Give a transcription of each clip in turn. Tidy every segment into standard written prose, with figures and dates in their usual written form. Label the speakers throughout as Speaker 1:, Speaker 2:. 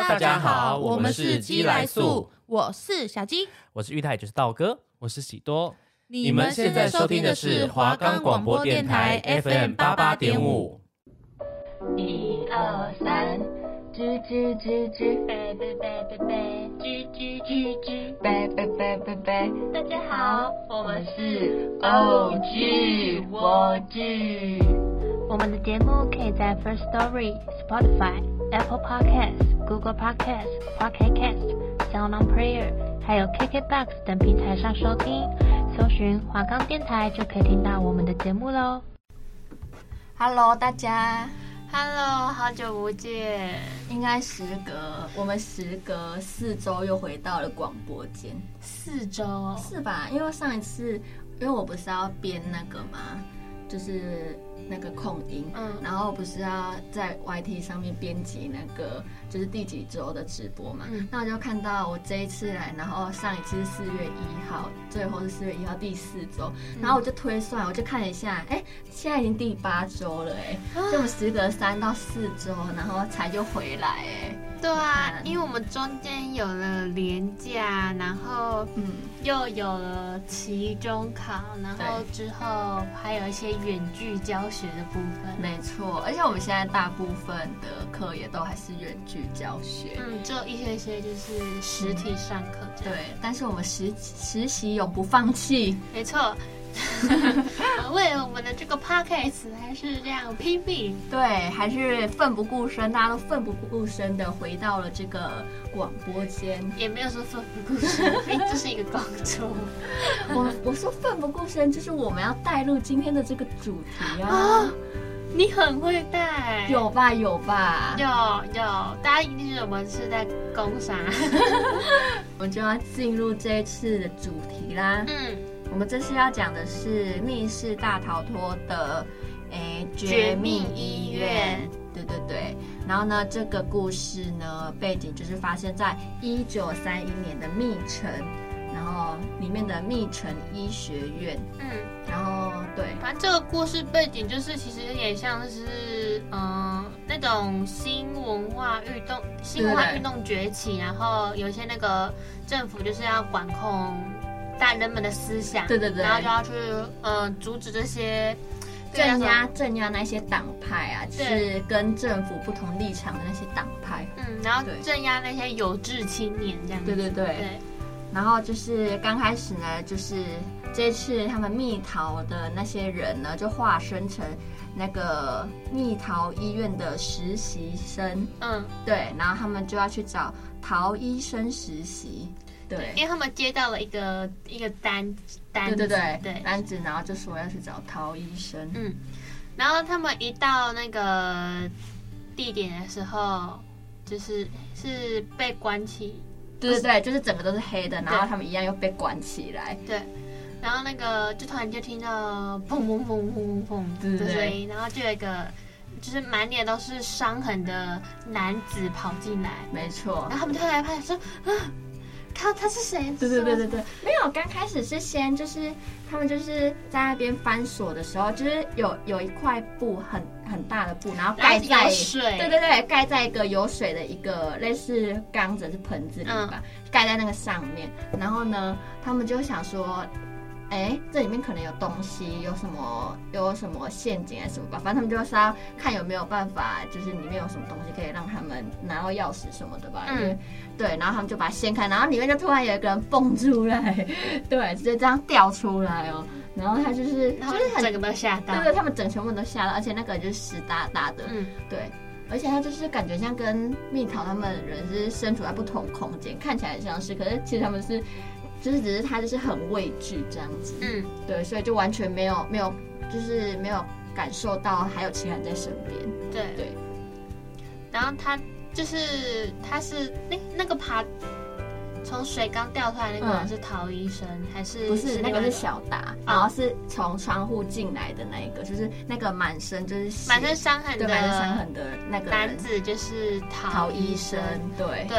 Speaker 1: 大家好，我们是鸡来素，
Speaker 2: 我是小鸡，
Speaker 1: 我是玉泰，就是道哥，
Speaker 3: 我是喜多。
Speaker 2: 你们现在收听的是华冈广播电台 FM 88.5。
Speaker 4: 1、2、3，吱吱吱吱，贝贝贝贝贝，吱吱吱吱，贝贝贝贝贝。大家好，我们是OG我剧。我们的节目可以在 First Story、Spotify、Apple Podcasts、Google Podcasts、Pocket Cast、SoundOn Player， 还有 KKBOX 等平台上收听。搜寻华冈电台就可以听到我们的节目喽。Hello， 大家。
Speaker 2: Hello， 好久不见。
Speaker 4: 应该我们时隔4周又回到了广播间。
Speaker 2: 4周
Speaker 4: 是吧？因为上一次，因为我不是要编那个嘛，就是那个控音，然后不是要在 YT 上面编辑那个就是第几周的直播嘛，那我就看到我这一次来，然后上一次是4月1号，最后是4月1号第4周，然后我就推算，我就看了一下，现在已经第8周了，就我们时隔3到4周，然后才就回来，
Speaker 2: 对啊，因为我们中间有了连假，然后又有了期中考，然后之后还有一些远距教学的部分。
Speaker 4: 没错，而且我们现在大部分的课也都还是远距教学，
Speaker 2: 只有一些就是实体上课。
Speaker 4: 对，但是我们实习永不放弃。
Speaker 2: 没错。为了我们的这个 podcast 还是这样拼命，
Speaker 4: 对，还是奋不顾身，大家都奋不顾身的回到了这个广播间，
Speaker 2: 也没有说奋不顾身，这是一个工作。
Speaker 4: 我说奋不顾身，就是我们要带入今天的这个主题啊。
Speaker 2: 你很会带，
Speaker 4: 有吧？有，
Speaker 2: 大家一定觉得我们是在攻杀。
Speaker 4: 我们就要进入这一次的主题啦。我们这次要讲的是密室大逃脱的绝密医院，对。然后呢，这个故事呢背景就是发生在1931年的密城，然后里面的密城医学院。然后对，
Speaker 2: 反正这个故事背景就是其实有点像是那种新文化运动崛起，然后有一些那个政府就是要管控大人们的思想，对，然后就要去阻止这些
Speaker 4: 镇压那些党派啊，就是跟政府不同立场的那些党派，
Speaker 2: 然后镇压那些有志青年这样子，对。
Speaker 4: 然后就是刚开始呢，就是这次他们密逃的那些人呢，就化身成那个密逃医院的实习生，对，然后他们就要去找陶医生实习。对，
Speaker 2: 因为他们接到了一个单子，
Speaker 4: 对单子，然后就说要去找陶医生。
Speaker 2: 然后他们一到那个地点的时候，是被关起，
Speaker 4: 对，就是整个都是黑的，然后他们一样又被关起来。
Speaker 2: 对，然后那个就突然就听到砰砰砰砰砰的声音，然后就有一个就是满脸都是伤痕的男子跑进来，
Speaker 4: 没错。
Speaker 2: 然后他们就害怕说他是谁？
Speaker 4: 对，没有，刚开始是先就是他们就是在那边翻锁的时候，就是有一块布很大的布，然后盖在
Speaker 2: 水，
Speaker 4: 对，盖在一个有水的一个类似缸子是盆子里吧，盖在那个上面。然后呢，他们就想说，这里面可能有东西，有什么陷阱还是什么吧，反正他们就是要看有没有办法，就是里面有什么东西可以让他们拿到钥匙什么的吧。对，然后他们就把它掀开，然后里面就突然有一个人蹦出来，对，直接这样掉出来哦。然后他就是很
Speaker 2: 整个都吓到，
Speaker 4: 对，他们全部都吓到，而且那个就是湿哒哒的，对，而且他就是感觉像跟蜜桃他们人是身处在不同空间，看起来很像是，可是其实他们是。就是只是他就是很畏惧这样子，对，所以就完全没有就是没有感受到还有其他人在身边，对。
Speaker 2: 然后他是那个从水缸掉出来那个人是陶医生还是？
Speaker 4: 不是，那个是小达，然后是从窗户进来的那一个，就是那个满身
Speaker 2: 满身伤痕的
Speaker 4: 那个
Speaker 2: 男子就是陶
Speaker 4: 医生，对。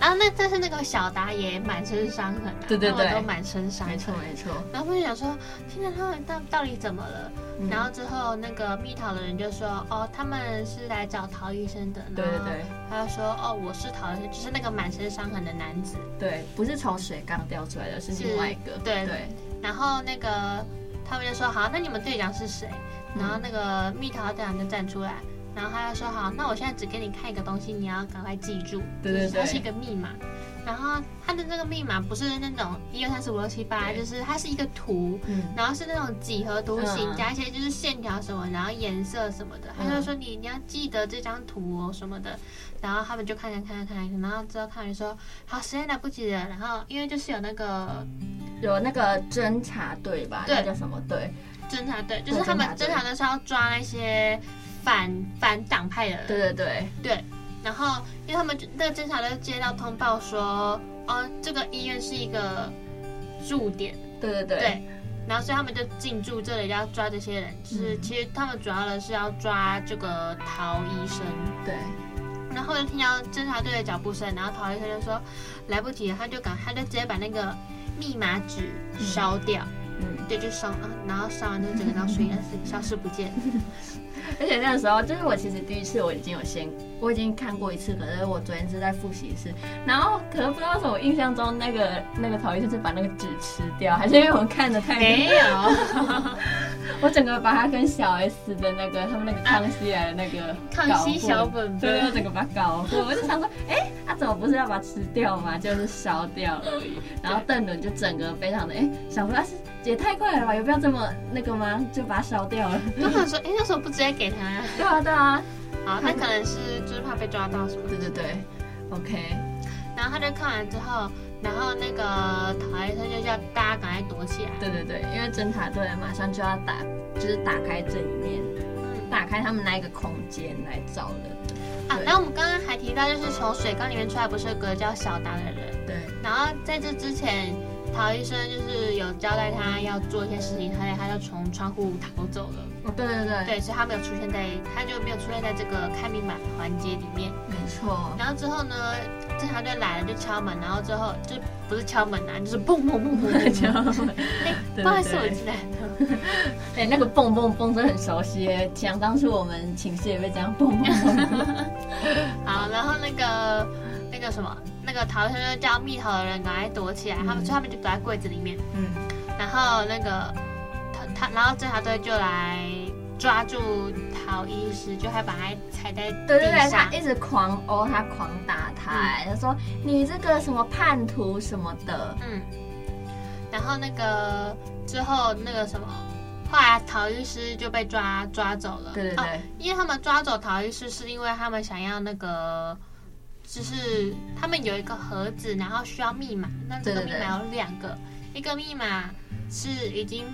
Speaker 2: 然后但是那个小达也满身伤痕啊，
Speaker 3: 对，
Speaker 2: 他们都满身伤痕，
Speaker 3: 没错。
Speaker 2: 然后我就想说，现在他们到底怎么了？然后之后那个蜜桃的人就说，哦，他们是来找陶医生的。
Speaker 3: 对，
Speaker 2: 他就说，哦，我是陶医生，就是那个满身伤痕的男子。
Speaker 3: 对，不是从水缸掉出来的，是另外一个。
Speaker 2: 对。然后那个他们就说，好，那你们队长是谁？然后那个蜜桃队长就站出来。然后他就说好，那我现在只给你看一个东西，你要赶快记住。对，它是一个密码。然后它的这个密码不是那种1、2、3、4、5、6、7、8，就是它是一个图，然后是那种几何图形，加一些就是线条什么，然后颜色什么的。他就说你要记得这张图哦什么的。然后他们就看，然后之后看完说好，时间来不及了。然后因为就是有那个
Speaker 3: 侦察队吧，那叫什么队？
Speaker 2: 侦察队就是他们侦察队是要抓那些反党派的人。对。然后因为他们那个侦察队接到通报说，哦，这个医院是一个驻点。对。然后所以他们就进驻这里，要抓这些人。就是其实他们主要的是要抓这个陶医生。对。然后就听到侦察队的脚步声，然后陶医生就说来不及了，他就直接把那个密码纸烧掉。对，就烧，然后烧完就整个到水消失不见。
Speaker 3: 而且那个时候，就是我其实第一次我已经看过一次，可是我昨天是在复习一次，然后可能不知道为什么，我印象中那个陶医生是把那个纸吃掉，还是因为我看的太
Speaker 2: 没有，
Speaker 3: 我整个把它跟小 S 的那个他们那个康熙来的那个
Speaker 2: 康熙小本本，
Speaker 3: 对，我整个把它搞混，我就想说，他怎么不是要把它吃掉吗？就是烧掉而已。然后邓伦就整个非常的想说，也太快了吧，有必要这么那个吗？就把它烧掉了。
Speaker 2: 我想说，那时候不直接给他呀？
Speaker 3: 对啊。
Speaker 2: 好，他可能是就是怕被抓到什么。
Speaker 3: 对 ，OK。
Speaker 2: 然后他就看完之后，然后那个陶医生就叫大家赶快躲起来。
Speaker 3: 对，因为侦察队马上就要打开这里面，打开他们那一个空间来找人。
Speaker 2: 然后我们刚刚还提到，就是从水缸里面出来，不是有个叫小达的人？
Speaker 3: 对。
Speaker 2: 然后在这之前，陶医生就是有交代他要做一些事情，他就从窗户逃走了。对，所以他就没有出现在这个看密码环节里面。
Speaker 3: 没错。
Speaker 2: 然后之后呢，侦察队来了就敲门，然后之后就不是敲门啊，就是蹦蹦蹦蹦敲门。不好意思，我进来了。
Speaker 3: 那个蹦蹦蹦真的很熟悉耶，想当初我们寝室也被这样蹦蹦蹦。
Speaker 2: 好，然后那个陶医生就叫蜜桃的人赶快躲起来，他们就躲在柜子里面。然后那个然后侦察队就来抓住陶医师，就还把他踩在地上。
Speaker 3: 他一直狂殴他，狂打他。他说你这个什么叛徒什么的。
Speaker 2: 然后那个之后那个什么，后来陶医师就被抓走了。
Speaker 3: 对，
Speaker 2: 因为他们抓走陶医师是因为他们想要那个。就是他们有一个盒子，然后需要密码。那这个密码有2个，一个密码是已经，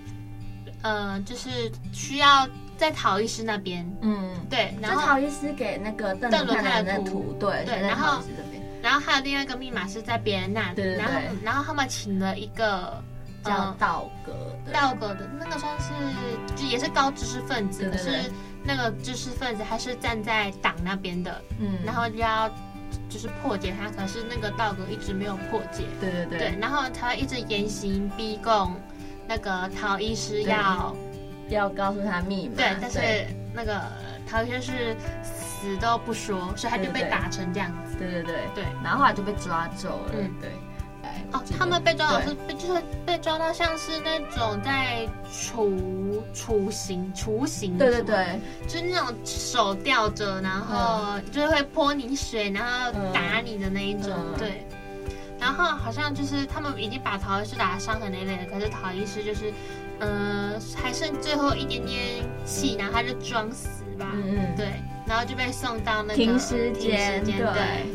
Speaker 2: 就是需要在陶医师那边。对。然后
Speaker 3: 陶医师给那个邓伦看的图，对。然后
Speaker 2: 还有另外一个密码是在别人那里。对。然后他们请了一个
Speaker 3: 叫道格
Speaker 2: 的，那个算是就也是高知识分子，可是那个知识分子他是站在党那边的。然后就要。就是破解他，可是那个道格一直没有破解。对，然后他一直严刑逼供，那个陶医师
Speaker 3: 要告诉他密码。
Speaker 2: 对，但是那个陶医生是死都不说，所以他就被打成这样子。
Speaker 3: 对，然后后来就被抓走了。对。
Speaker 2: 他们被抓到就是被抓到像是那种在处刑。对，就是那种手吊着，然后就是会泼你水，然后打你的那一种。对。然后好像就是他们已经把陶医师打得伤痕累累的，可是陶医师就是还剩最后一点点气，然后他就装死吧。对，然后就被送到那个
Speaker 3: 停尸间。
Speaker 2: 对。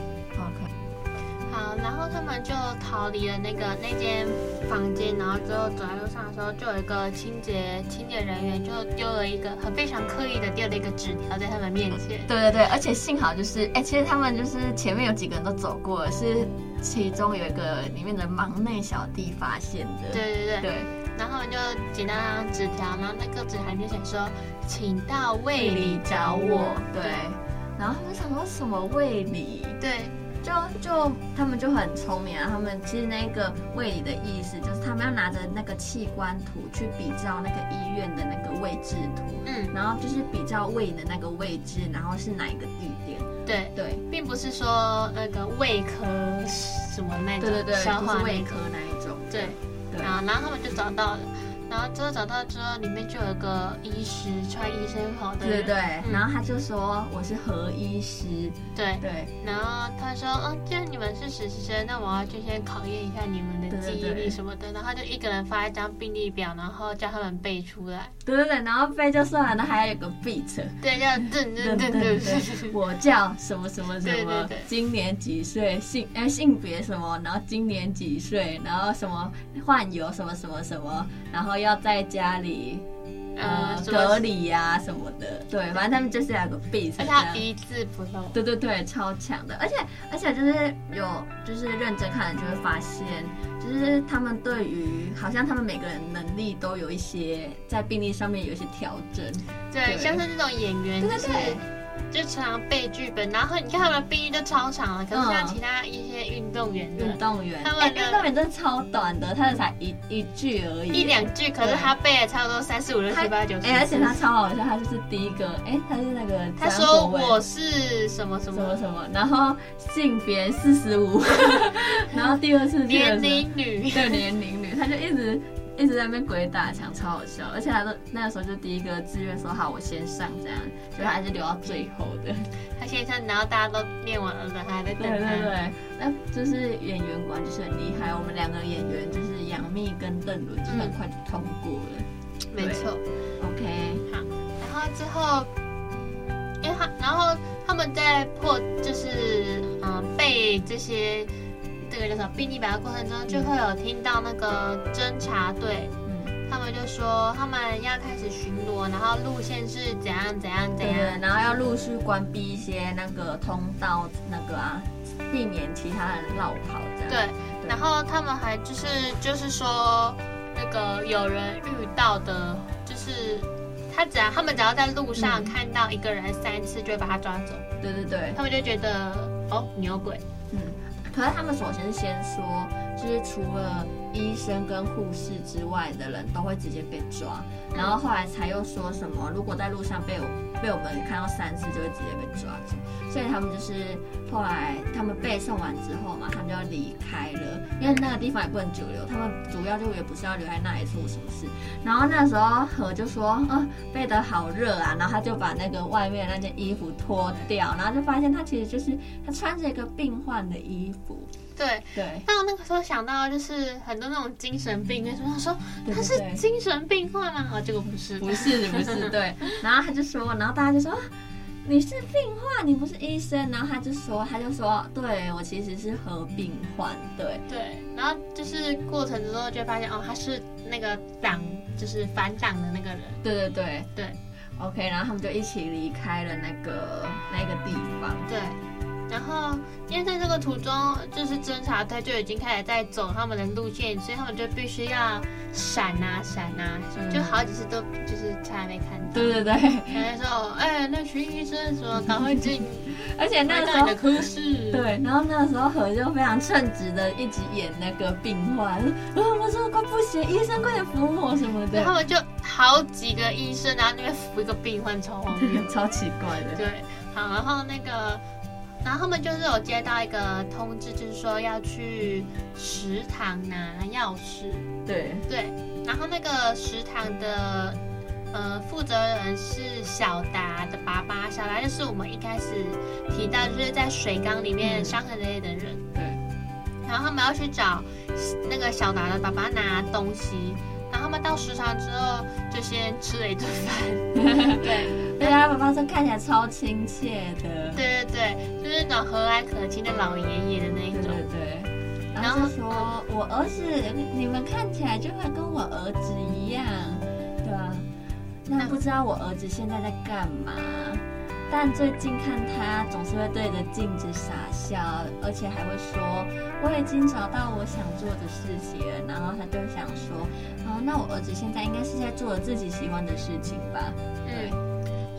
Speaker 2: 好，然后他们就逃离了那间房间，然后之后走在路上的时候，就有一个清洁人员就丢了一个非常刻意的丢了一个纸条在他们面前。
Speaker 3: 对，而且幸好就是其实他们就是前面有几个人都走过了，是其中有一个里面的忙内小弟发现的。
Speaker 2: 对。然后他们就捡到那张纸条，然后那个纸条里面写说，请到卫里找我。
Speaker 3: 对。然后他们想说什么卫里？
Speaker 2: 对。
Speaker 3: 就他们就很聪明啊，他们其实那个位理的意思就是他们要拿着那个器官图去比照那个医院的那个位置图，然后就是比照胃的那个位置，然后是哪一个地点。对，
Speaker 2: 并不是说那个胃科什么那种，
Speaker 3: 对，
Speaker 2: 消化
Speaker 3: 就是胃科那一种。
Speaker 2: 对，然后他们就找到了。然后之后找到之后，里面就有个医师穿医生袍的人，
Speaker 3: 对，然后他就说我是何医师，
Speaker 2: 对，然后他说既然你们是实习生，那我要就先考验一下你们的记忆力什么的，然后就一个人发一张病历表，然后叫他们背出来，
Speaker 3: 对，然后背就算了，那还要有个 beat，
Speaker 2: 对，叫噔，
Speaker 3: 我叫什么什么什么，今年几岁，性别什么，然后今年几岁，然后什么患有什么什么什么，然后要在家里隔离呀什么的，对，反正他们就是有个 beat，
Speaker 2: 而且他一字不漏，
Speaker 3: 对，超强的，而且就是认真看的就会发现，就是他们对于好像他们每个人能力都有一些在病历上面有一些调整，
Speaker 2: 对，像是这种演员，对。就常常背剧本，然后你看他们的病历就超长了，可是像其他一些运动员，
Speaker 3: 他们运动员真的超短的，他的才一句而已
Speaker 2: ，1-2句，可是他背了差不多3、4、5、6、7、8、9、10，
Speaker 3: 而且他超好笑，他就是第一个，他是那个
Speaker 2: 他说我是什么什么
Speaker 3: 什么，然后性别45，然后第二次
Speaker 2: 年龄女，
Speaker 3: 对，年龄女，他就一直在那边鬼打墙，超好笑，而且他那个时候就第一个志愿说好我先上这样，所以他还是留到最后的。
Speaker 2: 他先上，然后大家都念完了，他还在等他。
Speaker 3: 对，那就是演员果然就是很厉害，我们2个演员就是杨幂跟邓伦，就是很快就通过了。
Speaker 2: 没错。
Speaker 3: OK，
Speaker 2: 好，然后之后，然后他们在就是背这些。这个叫什么病历表的过程中，就会有听到那个侦察队，他们就说他们要开始巡逻，然后路线是怎样，
Speaker 3: 对，然后要陆续关闭一些那个通道，那个避免其他人绕跑这样。
Speaker 2: 对，然后他们还就是说那个有人遇到的，就是他们只要在路上看到一个人3次，就会把他抓走。
Speaker 3: 对，
Speaker 2: 他们就觉得你有鬼。
Speaker 3: 可是他们首先是先说，就是除了医生跟护士之外的人都会直接被抓，然后后来才又说什么，如果在路上被我们看到3次，就会直接被抓走。所以他们就是后来他们背诵完之后嘛，他们就要离开了，因为那个地方也不能久留，他们主要就也不是要留在那里做什么事。然后那时候何就说，背得好热啊，然后他就把那个外面那件衣服脱掉，然后就发现他其实就是他穿着一个病患的衣服。
Speaker 2: 对，但我那个时候想到就是很多那种精神病院，他说他是精神病患吗？结果不是，
Speaker 3: 对。然后他就说，然后大家就说你是病患，你不是医生。然后他就说，对我其实是合并患，对。
Speaker 2: 然后就是过程之后就会发现，他是那个党，就是反党的那个人。
Speaker 3: 对。OK， 然后他们就一起离开了那个地方。
Speaker 2: 对。然后，因为在这个途中，就是侦察队就已经开始在走他们的路线，所以他们就必须要闪啊，就好几次都就是差点没看到。
Speaker 3: 对。
Speaker 2: 还说，那群医生什么赶快进，
Speaker 3: 而且那个时候
Speaker 2: 的科室。
Speaker 3: 对，然后那个时候何就非常称职的一直演那个病患，我说快不行，医生快点扶我什么的。
Speaker 2: 他们就好几个医生，然后那边扶一个病患，超荒谬，
Speaker 3: 超奇怪的。
Speaker 2: 对，好，然后他们就是有接到一个通知，就是说要去食堂拿钥匙。对，然后那个食堂的负责人是小达的爸爸，小达就是我们一开始提到就是在水缸里面伤痕累累的人。
Speaker 3: 对，
Speaker 2: 然后他们要去找那个小达的爸爸拿东西。然后他们到食堂之后，就先吃了一顿饭。对，
Speaker 3: 他爸爸说看起来超亲切的。
Speaker 2: 对，就是那种和蔼可亲的老爷爷的那一种。
Speaker 3: 对。然后就说我儿子，你们看起来就会跟我儿子一样，对吧？那不知道我儿子现在在干嘛？但最近看他总是会对着镜子傻笑，而且还会说我已经找到我想做的事情了。然后他就想说，那我儿子现在应该是在做自己喜欢的事情吧？对，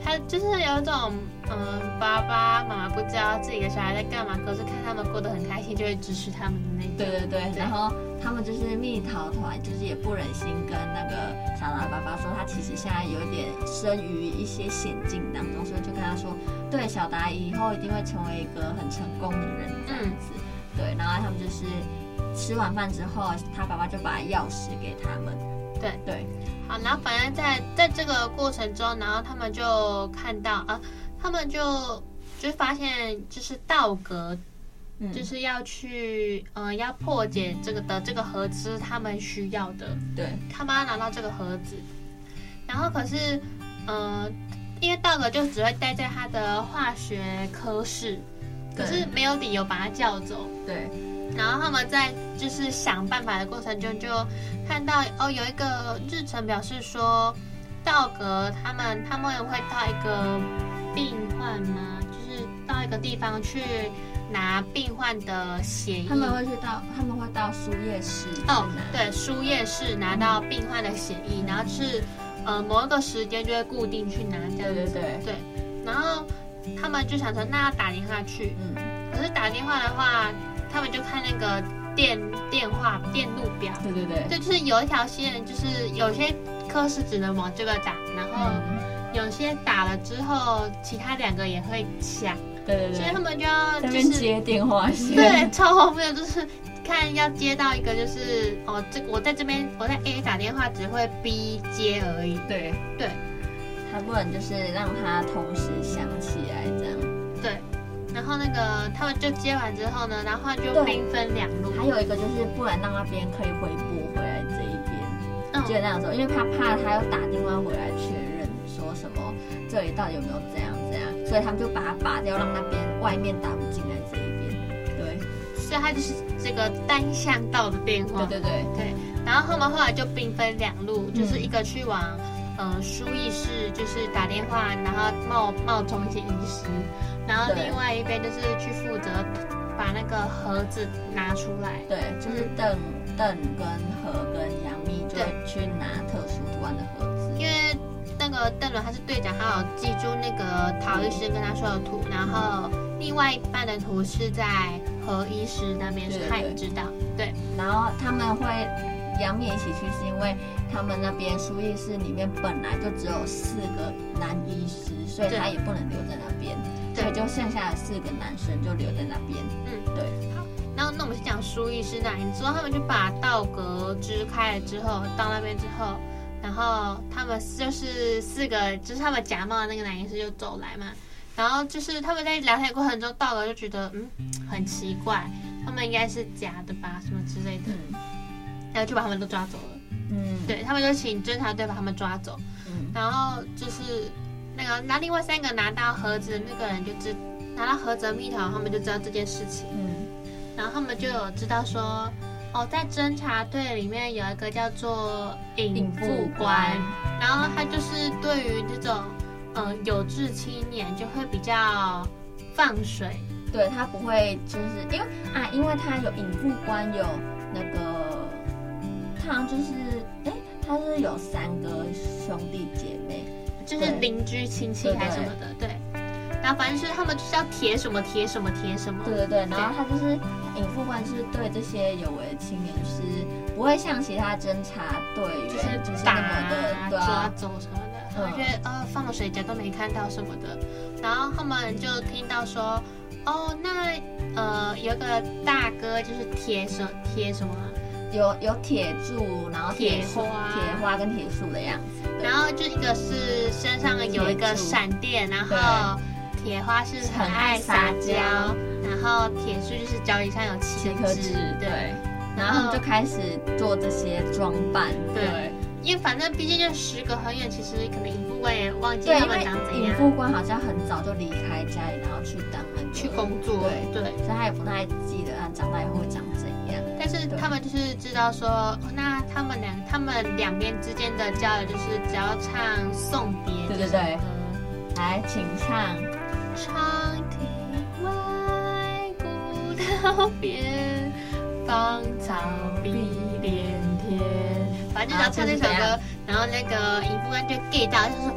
Speaker 2: 他就是有一种爸爸妈妈不知道自己的小孩在干嘛，可是看他们过得很开心，就会支持他们的那种。
Speaker 3: 对，然后他们就是蜜桃团，就是也不忍心跟那个小达爸爸说，他其实现在有一点生于一些险境当中，所以就跟他说，对，小达以后一定会成为一个很成功的人这样子。对，然后他们就是吃完饭之后，他爸爸就把钥匙给他们。对，
Speaker 2: 好，然后反正在这个过程中，然后他们就看到他们就发现就是道格，就是要去要破解这个盒子是他们需要的，
Speaker 3: 对，
Speaker 2: 他们要拿到这个盒子，然后可是因为道格就只会待在他的化学科室，可是没有理由把他叫走，
Speaker 3: 对。
Speaker 2: 然后他们在就是想办法的过程中，就看到有一个日程表示说，道格他们会到一个病患吗？就是到一个地方去拿病患的血液。
Speaker 3: 他们会到输液室。
Speaker 2: 对，输液室拿到病患的血液，然后是某一个时间就会固定去拿这样子。对。然后他们就想说，那要打电话去。可是打电话的话，他们就看那个电路表，对，就是有一条线，就是有些科室只能往这个打，然后有些打了之后，其他2个也会响，对，所以他们就要就是
Speaker 3: 接电话线，
Speaker 2: 对，超荒谬，就是看要接到一个就是我在这边我在 A 打电话只会 B 接而已，对，
Speaker 3: 他不能就是让他同时响起来这样，
Speaker 2: 对。然后那个他们就接完之后呢，然后就兵分2路。
Speaker 3: 还有一个就是不能让那边可以回拨回来这一边，就那样说，因为他怕他要打电话回来确认说什么这里到底有没有这样，所以他们就把它拔掉，让那边外面打不进来这一边。对，
Speaker 2: 所以他就是这个单向道的电话。对。然后他们后来就兵分2路，就是一个去往输液室，就是打电话，然后冒充一些医师。然后另外一边就是去负责把那个盒子拿出来。对，
Speaker 3: 就是邓跟何跟杨幂就去拿特殊图案的盒子。
Speaker 2: 因为那个邓伦他是队长，他有记住那个陶医师跟他说的图，然后另外一半的图是在何医师那边，是他也知道。对，
Speaker 3: 然后他们会杨幂一起去，是因为他们那边输液室里面本来就只有4个男医师，所以他也不能留在那边。所以就剩下的4个男生就留在那边。对。
Speaker 2: 好，那我们先讲输液室那里。你说他们就把道格支开了之后，到那边之后，然后他们就是4个，就是他们假冒的那个男医师就走来嘛。然后就是他们在聊天的过程中，道格就觉得很奇怪，他们应该是假的吧，什么之类的。然后就把他们都抓走了。对，他们就请侦察队把他们抓走。然后就是那另外3个拿到盒子的那个人拿到盒子的蜜桃，他们就知道这件事情。然后他们就有知道说，在侦察队里面有一个叫做尹副官，然后他就是对于这种有志青年就会比较放水。
Speaker 3: 对，他不会就是因为他有尹副官有那个，他好像就是他是有3个兄弟姐妹。
Speaker 2: 就是邻居亲戚还是什么的，对。然后反正是他们就是要贴什么。对。
Speaker 3: 然后他就是尹副官，就是对这些有为的青年，就是不会像其他侦察队员就是
Speaker 2: 打
Speaker 3: 那么的
Speaker 2: 抓走什么的。他们觉得放了水饺都没看到什么的。然后他们就听到说，那有个大哥就是贴什么。
Speaker 3: 有铁柱，然后铁花跟铁树的样子。
Speaker 2: 然后就一个是身上有一个闪电，然后铁花是很爱撒娇，然后铁树就是脚底上有7颗痣。对。
Speaker 3: 然后他们就开始做这些装扮。对。
Speaker 2: 因为反正毕竟就10个很远，其实可能尹副官也忘记他们长怎样。
Speaker 3: 尹副官好像很早就离开家里，然后去当
Speaker 2: 去工作。对。
Speaker 3: 所以他也不太记得他长大以后会长怎样。
Speaker 2: 但是他们就是知道说，那他们两边之间的交流就是只要唱送别。
Speaker 3: 对。来，请唱。
Speaker 2: 长亭外，古道边，芳草碧连天。反正就只要唱这首歌，然后那个尹副官就 get 到，就说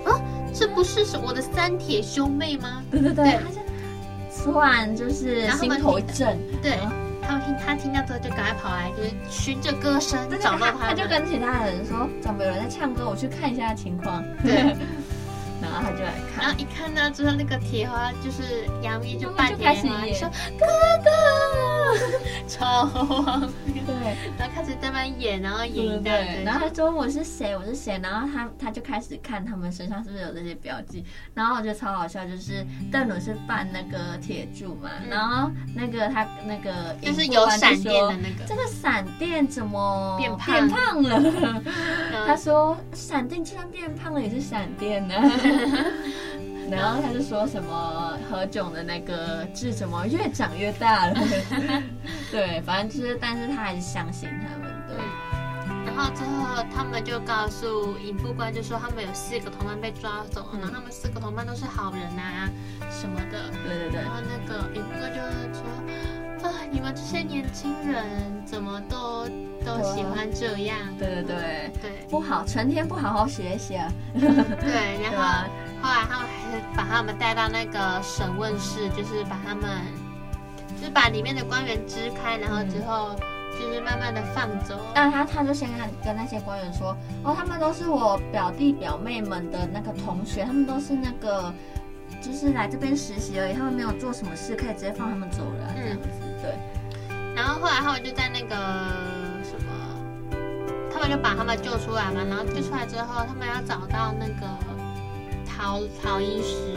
Speaker 2: 这不是我的三铁兄妹吗？
Speaker 3: 对，
Speaker 2: 对
Speaker 3: 他就突然就是心头一震，
Speaker 2: 对。他听到之后就赶快跑来，就是循着歌声找到
Speaker 3: 他就跟其他人说怎么有人在唱歌，我去看一下情况。
Speaker 2: 对，
Speaker 3: 然后他就来看，
Speaker 2: 然后一看到之后，那个铁花就是杨幂就扮铁花，说哥哥，超荒谬。
Speaker 3: 对，
Speaker 2: 然后开始在那边演，然后演一大堆，
Speaker 3: 然后他说我是谁，然后他就开始看他们身上是不是有这些标记，然后我觉得超好笑，就是邓伦是扮那个铁柱嘛，然后那个他那个
Speaker 2: 就是有闪电的那个，
Speaker 3: 这个闪电怎么
Speaker 2: 变胖
Speaker 3: 了？他说闪电既然变胖了，也是闪电呢。然后他就说什么何炅的那个痣怎么越长越大了？对，反正就是，但是他还是相信他们。对。
Speaker 2: 然后之后他们就告诉尹副官，就说他们有4个同伴被抓走，然后他们4个同伴都是好人啊什么的。
Speaker 3: 对。
Speaker 2: 然后那个尹副官就说啊，你们这些年轻人怎么都喜欢这样？
Speaker 3: 对，不好，成天不好好学习啊。
Speaker 2: 对，然后后来他们还是把他们带到那个审问室，就是把里面的官员支开，然后之后就是慢慢的放走。
Speaker 3: 但他就先跟那些官员说，哦，他们都是我表弟表妹们的那个同学，他们都是那个就是来这边实习而已，他们没有做什么事，可以直接放他们走了，这样子。对。
Speaker 2: 然后后来他们就在那个什么，他们就把他们救出来嘛，然后救出来之后，他们要找到那个陶医师，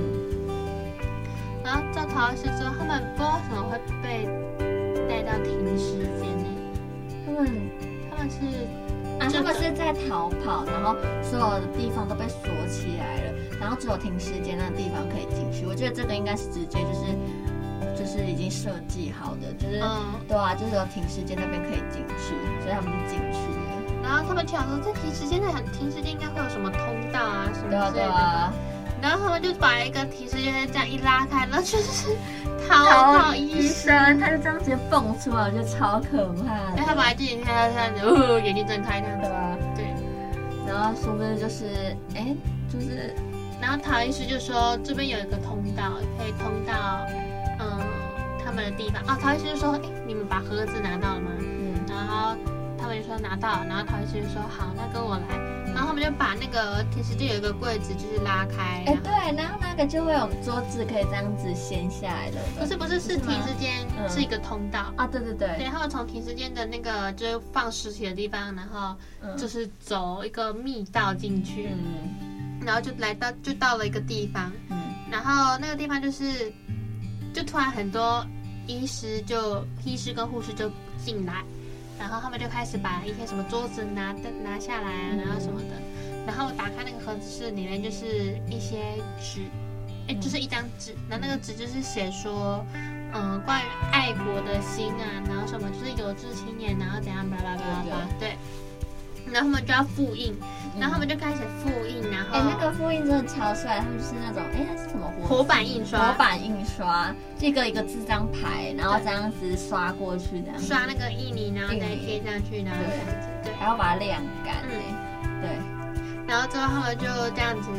Speaker 2: 然后找陶医师之后，他们不知道为什么会被带到停尸间呢？他们是在逃跑，然后所有的地方都被锁起来了，然后只有停尸间那个地方可以进去。我觉得这个应该是直接就是已经设计好的，就是对啊，就是有停尸间那边可以进去，所以他们就进去了。然后他们就想说，这停尸间应该会有什么通道啊什么之类的。
Speaker 3: 对啊。
Speaker 2: 然后他们就把一个停尸间这样一拉开，然后就是陶医生，
Speaker 3: 他就这样直接蹦出来，我觉得超可怕的。
Speaker 2: 他把他进去，他这样子，眼睛睁开这样子。对。
Speaker 3: 然后说不定就是
Speaker 2: 然后陶医师就说这边有一个通道，可以通到他们的地方啊。陶医师就说，你们把盒子拿到了吗？然后他们就说拿到了，然后陶医师就说好，那跟我来。然后他们就把那个停尸间有一个柜子，就是拉开。
Speaker 3: 对，然后那个就会有桌子可以这样子掀下来的。
Speaker 2: 不是停尸间是一个通道
Speaker 3: 啊，对。
Speaker 2: 对，他们从停尸间的那个就是放尸体的地方，然后就是走一个密道进去，然后就到了一个地方，然后那个地方就突然很多医师跟护士就进来。然后他们就开始把一些什么桌子拿下来啊，然后什么的，然后打开那个盒子是里面就是一些纸，就是一张纸，然后那个纸就是写说，关于爱国的心啊，然后什么就是有志青年，然后怎样巴拉巴拉，对。然后他们就要复印，然后他们就开始复印，然后
Speaker 3: 那个复印真的超帅，他们就是那种那是什么
Speaker 2: 活版印刷？
Speaker 3: 活版印刷，一个字张牌，然后这样子刷过去，这样
Speaker 2: 刷那个印泥，然后再贴上去，然后这样子，对，
Speaker 3: 还要把它晾干，对。
Speaker 2: 然后之后他们就这样子，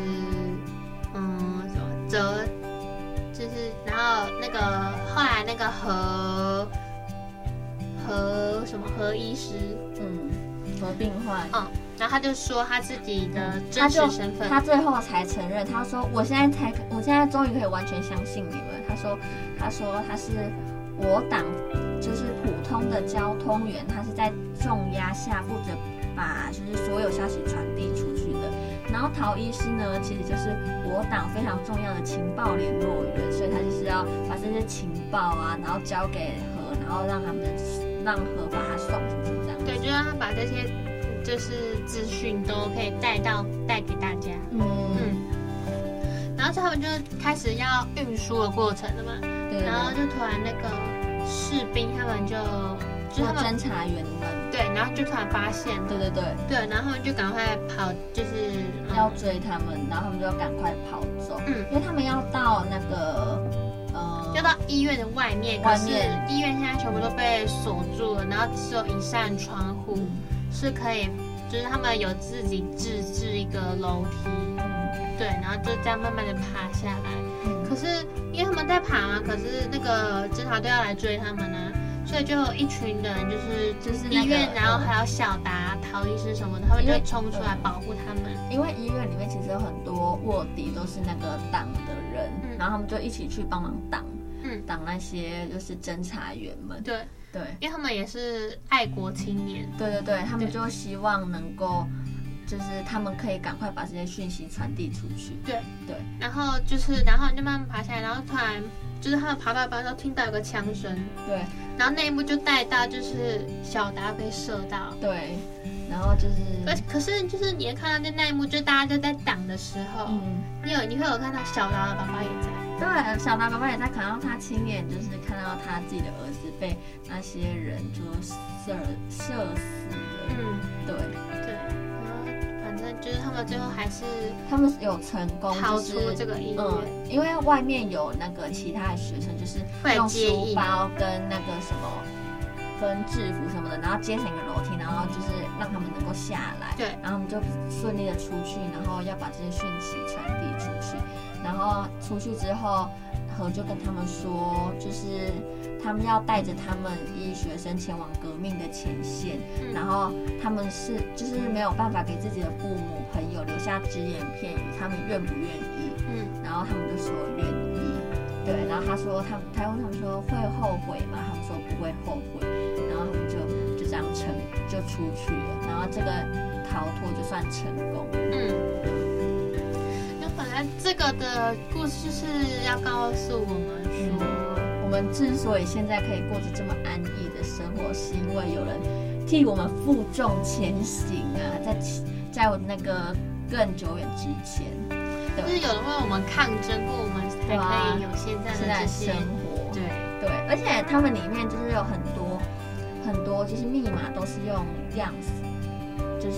Speaker 2: 折，就是然后那个后来那个何医师，
Speaker 3: 合并患，
Speaker 2: 然后他就说他自己的真实身份，
Speaker 3: 他最后才承认，他说我现在终于可以完全相信你们。他说他是我党就是普通的交通员，他是在重压下负责把就是所有消息传递出去的。然后陶医师呢，其实就是我党非常重要的情报联络员，所以他就是要把这些情报啊，然后交给何，然后让何把他送出去这样。
Speaker 2: 对，就让他把这些就是资讯都可以带给大家。然后他们就开始要运输的过程了嘛。对。然后就突然那个士兵他们就是他们
Speaker 3: 侦查员们，
Speaker 2: 对，然后就突然发现，对，然后他们就赶快跑，就是
Speaker 3: 要追他们，然后他们就要赶快跑走，因为他们要到那个
Speaker 2: 要到医院的外面，可是医院现在全部都被锁住了，然后只有一扇窗户是可以，就是他们有自己自制一个楼梯， 对，然后就这样慢慢的爬下来。可是因为他们在爬嘛，可是那个侦察队要来追他们呢，所以就有一群人就是医院，然后还有小达、陶医师什么的，他们就冲出来保护他们。
Speaker 3: 因为医院里面其实有很多卧底都是那个党的人，然后他们就一起去帮忙挡那些就是侦察员们。
Speaker 2: 对，因为他们也是爱国青年。
Speaker 3: 对，他们就希望能够。就是他们可以赶快把这些讯息传递出去。对，
Speaker 2: 然后就慢慢爬下来，然后突然就是他们爬到一半都听到有个枪声。对，然后那一幕就带到就是小达被射到。
Speaker 3: 对，然后就是，
Speaker 2: 可是就是你也看到那一幕，就大家就在挡的时候，你会有看到小达的爸爸也在。
Speaker 3: 对，小达爸爸也在，看到他亲眼就是看到他自己的儿子被那些人就射死的。对。
Speaker 2: 就是他们最后还是
Speaker 3: 他们有成功
Speaker 2: 逃出这个医院，
Speaker 3: 因为外面有那个其他的学生，就是用书包跟那个什么跟制服什么的，然后接成一个楼梯，然后就是让他们能够下来，对，然后我们就顺利的出去，然后要把这些讯息传递出去，然后出去之后，何就跟他们说，就是他们要带着他们医学生前往革命的前线，然后他们就是没有办法给自己的父母朋友留下只言片语，他们愿不愿意？然后他们就说愿意。对，然后他问他们说会后悔吗？他们说不会后悔，然后他们就这样就出去了，然后这个逃脱就算成功。
Speaker 2: 那本来这个的故事就是要告诉我们说。
Speaker 3: 我们之所以现在可以过着这么安逸的生活，是因为有人替我们负重前行啊！在那个更久远之前，
Speaker 2: 就是有人为我们抗争过，我们才可以有现在的这些
Speaker 3: 生活。对，
Speaker 2: 对，
Speaker 3: 而且他们里面就是有很多就是密码都是用样子，就是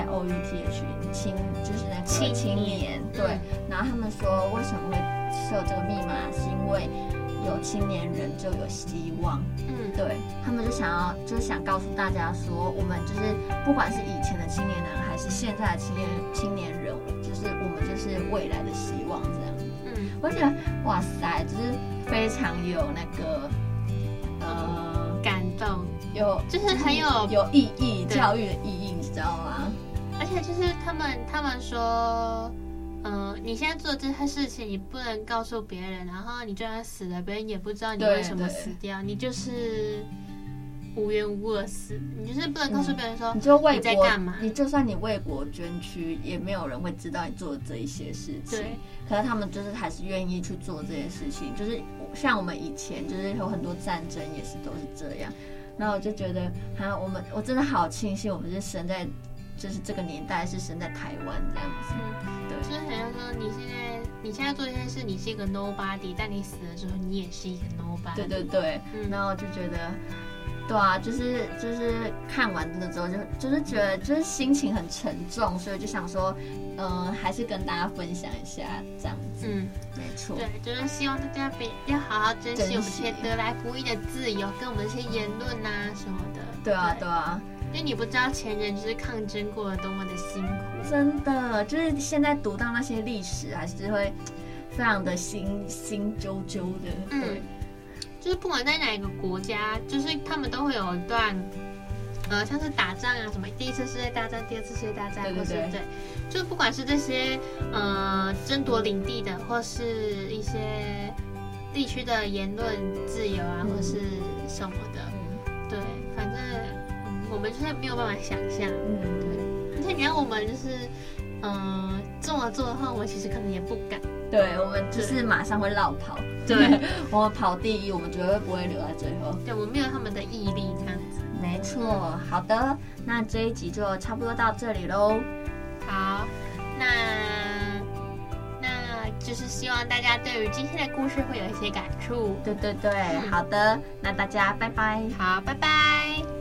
Speaker 3: YOUTH 就是那个青年。对，然后他们说为什么会设这个密码，是因为有青年人就有希望。对，他们就是想告诉大家说，我们就是不管是以前的青年人，还是现在的青年人，就是我们就是未来的希望这样。我觉得哇塞，就是非常有那个
Speaker 2: 感动，
Speaker 3: 就是
Speaker 2: 很
Speaker 3: 有意义，教育的意义，你知道吗？
Speaker 2: 而且就是他们说。你现在做这些事情，你不能告诉别人，然后你就算死了，别人也不知道你为什么死掉，你就是无缘无故的死，你就是不能告诉别人说你在干嘛。
Speaker 3: 你就算你为国捐躯，也没有人会知道你做的这一些事情。对，可是他们就是还是愿意去做这些事情，就是像我们以前就是有很多战争也是都是这样。然后我就觉得，我真的好庆幸我们是生在就是这个年代，是生在台湾这样子。
Speaker 2: 就是好像说你现在做这件事，你是一个 nobody， 但你死了之后，你也是一个 nobody。对，
Speaker 3: 然后我就觉得，对啊，就是看完这个之后，就是觉得就是心情很沉重，所以就想说，还是跟大家分享一下这样子。没错。
Speaker 2: 对，就是希望大家要好好珍惜我们这些得来不易的自由，跟我们这些言论啊什么的。
Speaker 3: 对啊。
Speaker 2: 因为你不知道前人就是抗争过了多么的辛苦，
Speaker 3: 真的，就是现在读到那些历史，还是会非常的心揪揪的。对，
Speaker 2: 就是不管在哪一个国家，就是他们都会有一段，像是打仗啊什么，第一次世界大战、第二次世界大战，对，就不管是这些争夺领地的，或是一些地区的言论自由啊，或是什么的，对，反正。我们就是没有办法想象，对，而且你让我们就是，这么做的话，我们其实可能也不敢。
Speaker 3: 对，我们就是马上会落跑。对，我们跑第一，我们绝对不会留在最后。
Speaker 2: 对，我们没有他们的毅力这样子。
Speaker 3: 没错，好的，那这一集就差不多到这里喽。
Speaker 2: 好，那就是希望大家对于今天的故事会有一些感触。
Speaker 3: 对，好的，那大家拜拜。
Speaker 2: 好，拜拜。